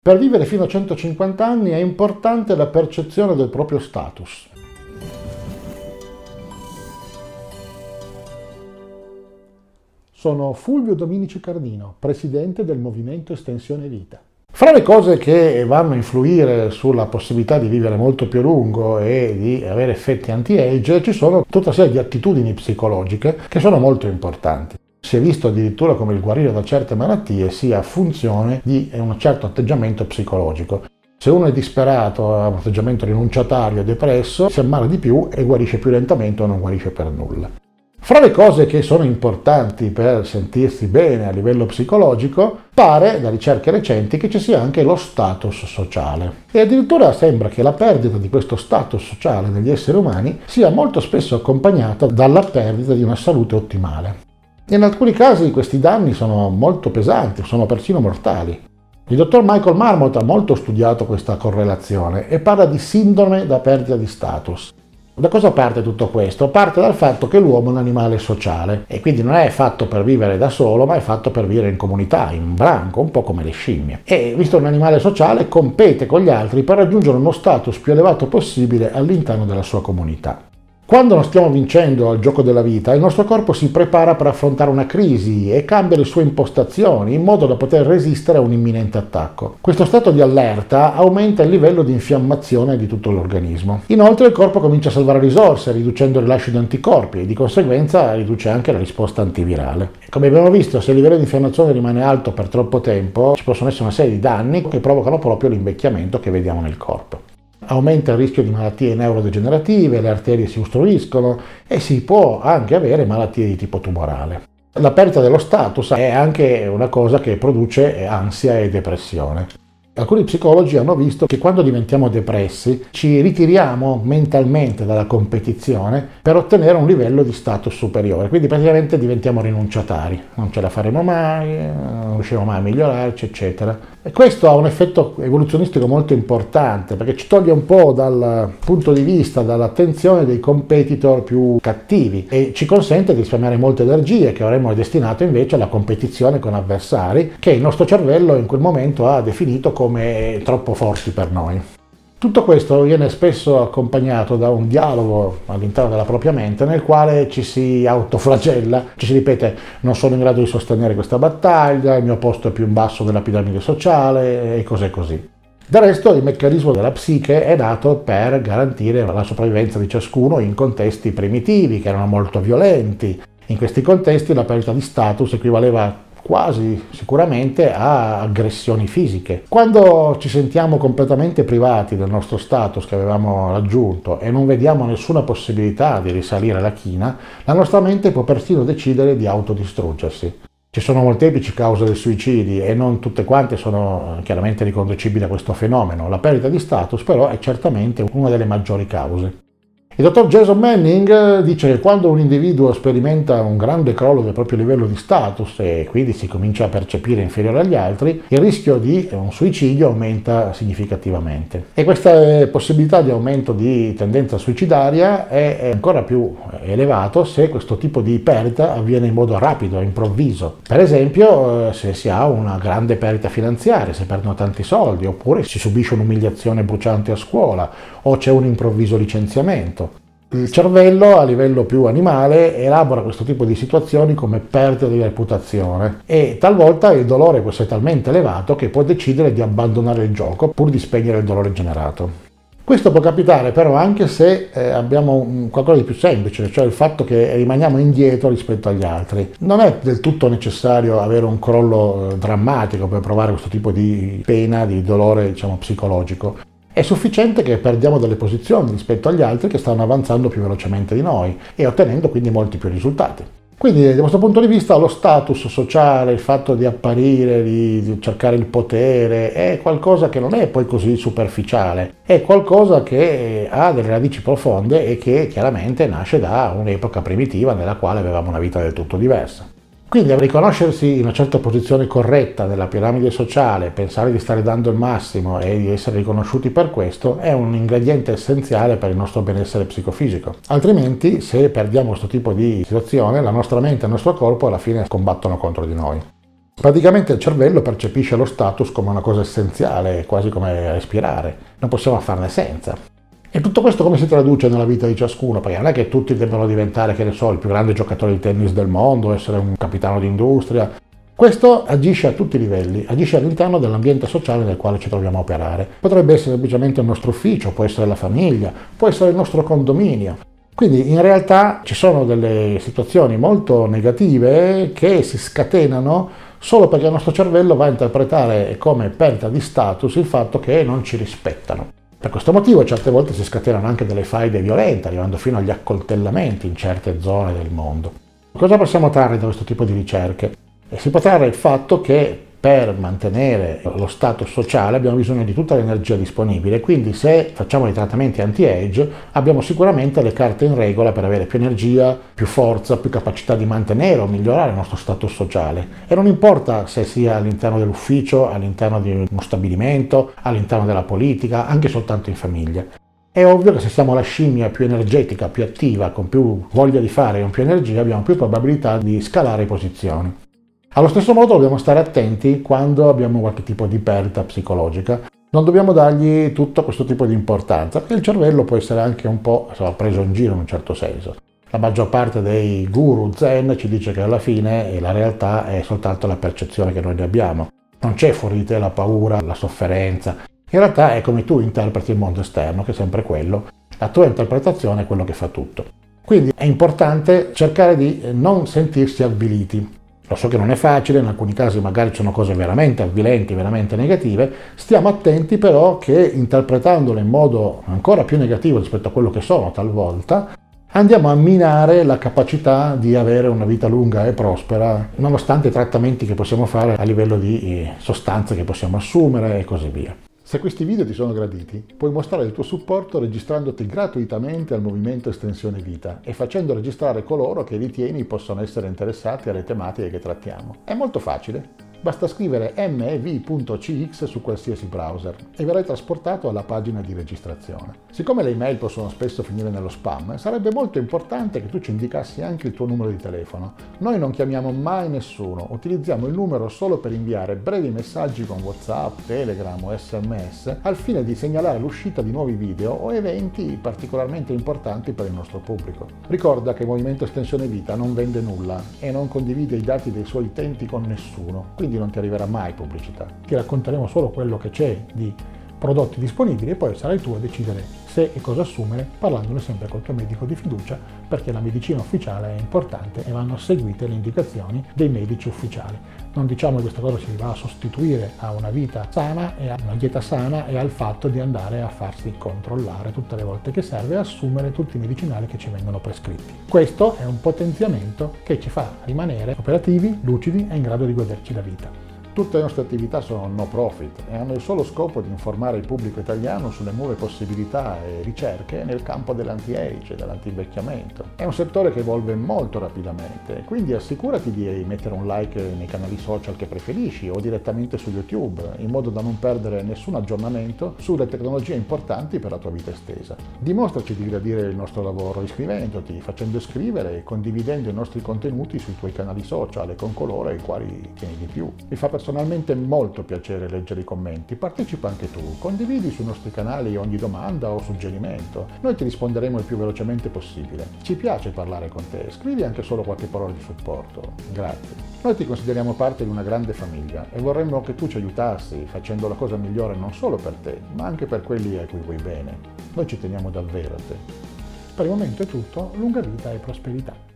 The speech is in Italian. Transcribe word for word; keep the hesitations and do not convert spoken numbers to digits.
Per vivere fino a centocinquanta anni è importante la percezione del proprio status. Sono Fulvio Dominici Cardino, presidente del Movimento Estensione Vita. Fra le cose che vanno a influire sulla possibilità di vivere molto più a lungo e di avere effetti anti-age ci sono tutta una serie di attitudini psicologiche che sono molto importanti. Si è visto addirittura come il guarire da certe malattie sia funzione di un certo atteggiamento psicologico. Se uno è disperato, ha un atteggiamento rinunciatario, depresso, si ammala di più e guarisce più lentamente o non guarisce per nulla. Fra le cose che sono importanti per sentirsi bene a livello psicologico, pare da ricerche recenti che ci sia anche lo status sociale. E addirittura sembra che la perdita di questo status sociale negli esseri umani sia molto spesso accompagnata dalla perdita di una salute ottimale. In alcuni casi questi danni sono molto pesanti, sono persino mortali. Il dottor Michael Marmot ha molto studiato questa correlazione e parla di sindrome da perdita di status. Da cosa parte tutto questo? Parte dal fatto che l'uomo è un animale sociale e quindi non è fatto per vivere da solo, ma è fatto per vivere in comunità, in branco, un po' come le scimmie. E visto un animale sociale, compete con gli altri per raggiungere uno status più elevato possibile all'interno della sua comunità. Quando non stiamo vincendo al gioco della vita, il nostro corpo si prepara per affrontare una crisi e cambia le sue impostazioni in modo da poter resistere a un imminente attacco. Questo stato di allerta aumenta il livello di infiammazione di tutto l'organismo. Inoltre il corpo comincia a salvare risorse, riducendo il rilascio di anticorpi e di conseguenza riduce anche la risposta antivirale. Come abbiamo visto, se il livello di infiammazione rimane alto per troppo tempo, ci possono essere una serie di danni che provocano proprio l'invecchiamento che vediamo nel corpo. Aumenta il rischio di malattie neurodegenerative, le arterie si ostruiscono e si può anche avere malattie di tipo tumorale. La perdita dello status è anche una cosa che produce ansia e depressione. Alcuni psicologi hanno visto che quando diventiamo depressi ci ritiriamo mentalmente dalla competizione per ottenere un livello di status superiore, quindi praticamente diventiamo rinunciatari, non ce la faremo mai, non riusciremo mai a migliorarci, eccetera. E questo ha un effetto evoluzionistico molto importante perché ci toglie un po' dal punto di vista, dall'attenzione dei competitor più cattivi e ci consente di risparmiare molte energie che avremmo destinato invece alla competizione con avversari che il nostro cervello in quel momento ha definito come troppo forti per noi. Tutto questo viene spesso accompagnato da un dialogo all'interno della propria mente nel quale ci si autoflagella, ci si ripete non sono in grado di sostenere questa battaglia, il mio posto è più in basso della piramide sociale e così così. Del resto il meccanismo della psiche è nato per garantire la sopravvivenza di ciascuno in contesti primitivi che erano molto violenti. In questi contesti la perdita di status equivaleva quasi sicuramente a aggressioni fisiche. Quando ci sentiamo completamente privati del nostro status che avevamo raggiunto e non vediamo nessuna possibilità di risalire la china, la nostra mente può persino decidere di autodistruggersi. Ci sono molteplici cause dei suicidi e non tutte quante sono chiaramente riconducibili a questo fenomeno. La perdita di status però è certamente una delle maggiori cause. Il dottor Jason Manning dice che quando un individuo sperimenta un grande crollo del proprio livello di status e quindi si comincia a percepire inferiore agli altri, il rischio di un suicidio aumenta significativamente. E questa possibilità di aumento di tendenza suicidaria è ancora più elevato se questo tipo di perdita avviene in modo rapido e improvviso. Per esempio se si ha una grande perdita finanziaria, se perdono tanti soldi, oppure si subisce un'umiliazione bruciante a scuola o c'è un improvviso licenziamento. Il cervello a livello più animale elabora questo tipo di situazioni come perdita di reputazione e talvolta il dolore può essere talmente elevato che può decidere di abbandonare il gioco pur di spegnere il dolore generato. Questo può capitare però anche se eh, abbiamo un, qualcosa di più semplice, cioè il fatto che rimaniamo indietro rispetto agli altri. Non è del tutto necessario avere un crollo eh, drammatico per provare questo tipo di pena, di dolore diciamo psicologico. È sufficiente che perdiamo delle posizioni rispetto agli altri che stanno avanzando più velocemente di noi e ottenendo quindi molti più risultati. Quindi da questo punto di vista lo status sociale, il fatto di apparire, di, di cercare il potere è qualcosa che non è poi così superficiale, è qualcosa che ha delle radici profonde e che chiaramente nasce da un'epoca primitiva nella quale avevamo una vita del tutto diversa. Quindi riconoscersi in una certa posizione corretta nella piramide sociale, pensare di stare dando il massimo e di essere riconosciuti per questo è un ingrediente essenziale per il nostro benessere psicofisico. Altrimenti, se perdiamo questo tipo di situazione, la nostra mente e il nostro corpo alla fine combattono contro di noi. Praticamente il cervello percepisce lo status come una cosa essenziale, quasi come respirare, non possiamo farne senza. E tutto questo come si traduce nella vita di ciascuno? Perché non è che tutti debbano diventare, che ne so, il più grande giocatore di tennis del mondo, essere un capitano d'industria. Questo agisce a tutti i livelli, agisce all'interno dell'ambiente sociale nel quale ci troviamo a operare. Potrebbe essere semplicemente il nostro ufficio, può essere la famiglia, può essere il nostro condominio. Quindi in realtà ci sono delle situazioni molto negative che si scatenano solo perché il nostro cervello va a interpretare come perdita di status il fatto che non ci rispettano. Per questo motivo certe volte si scatenano anche delle faide violente, arrivando fino agli accoltellamenti in certe zone del mondo. Cosa possiamo trarre da questo tipo di ricerche? E si può trarre il fatto che per mantenere lo status sociale abbiamo bisogno di tutta l'energia disponibile, quindi se facciamo dei trattamenti anti-age abbiamo sicuramente le carte in regola per avere più energia, più forza, più capacità di mantenere o migliorare il nostro status sociale. E non importa se sia all'interno dell'ufficio, all'interno di uno stabilimento, all'interno della politica, anche soltanto in famiglia. È ovvio che se siamo la scimmia più energetica, più attiva, con più voglia di fare e con più energia, abbiamo più probabilità di scalare posizioni. Allo stesso modo dobbiamo stare attenti quando abbiamo qualche tipo di perdita psicologica. Non dobbiamo dargli tutto questo tipo di importanza, perché il cervello può essere anche un po' insomma, preso in giro in un certo senso. La maggior parte dei guru zen ci dice che alla fine la realtà è soltanto la percezione che noi ne abbiamo. Non c'è fuori di te la paura, la sofferenza. In realtà è come tu interpreti il mondo esterno, che è sempre quello. La tua interpretazione è quello che fa tutto. Quindi è importante cercare di non sentirsi avviliti. Lo so che non è facile, in alcuni casi magari ci sono cose veramente avvilenti, veramente negative, stiamo attenti però che interpretandole in modo ancora più negativo rispetto a quello che sono talvolta, andiamo a minare la capacità di avere una vita lunga e prospera, nonostante i trattamenti che possiamo fare a livello di sostanze che possiamo assumere e così via. Se questi video ti sono graditi, puoi mostrare il tuo supporto registrandoti gratuitamente al Movimento Estensione Vita e facendo registrare coloro che ritieni possono essere interessati alle tematiche che trattiamo. È molto facile. Basta scrivere m e v punto c x su qualsiasi browser e verrai trasportato alla pagina di registrazione. Siccome le email possono spesso finire nello spam, sarebbe molto importante che tu ci indicassi anche il tuo numero di telefono. Noi non chiamiamo mai nessuno, utilizziamo il numero solo per inviare brevi messaggi con WhatsApp, Telegram o S M S al fine di segnalare l'uscita di nuovi video o eventi particolarmente importanti per il nostro pubblico. Ricorda che il Movimento Estensione Vita non vende nulla e non condivide i dati dei suoi utenti con nessuno, quindi non ti arriverà mai pubblicità. Ti racconteremo solo quello che c'è di prodotti disponibili e poi sarai tu a decidere se e cosa assumere, parlandone sempre col tuo medico di fiducia, perché la medicina ufficiale è importante e vanno seguite le indicazioni dei medici ufficiali. Non diciamo che questa cosa si va a sostituire a una vita sana e a una dieta sana e al fatto di andare a farsi controllare tutte le volte che serve e assumere tutti i medicinali che ci vengono prescritti. Questo è un potenziamento che ci fa rimanere operativi, lucidi e in grado di goderci la vita. Tutte le nostre attività sono no profit e hanno il solo scopo di informare il pubblico italiano sulle nuove possibilità e ricerche nel campo dell'anti-age e dell'antivecchiamento. È un settore che evolve molto rapidamente, quindi assicurati di mettere un like nei canali social che preferisci o direttamente su YouTube, in modo da non perdere nessun aggiornamento sulle tecnologie importanti per la tua vita estesa. Dimostraci di gradire il nostro lavoro iscrivendoti, facendo iscrivere e condividendo i nostri contenuti sui tuoi canali social e con coloro ai quali tieni di più. Mi fa personalmente molto piacere leggere i commenti, partecipa anche tu, condividi sui nostri canali ogni domanda o suggerimento, noi ti risponderemo il più velocemente possibile. Ci piace parlare con te, scrivi anche solo qualche parola di supporto, grazie. Noi ti consideriamo parte di una grande famiglia e vorremmo che tu ci aiutassi facendo la cosa migliore non solo per te, ma anche per quelli a cui vuoi bene. Noi ci teniamo davvero a te. Per il momento è tutto, lunga vita e prosperità.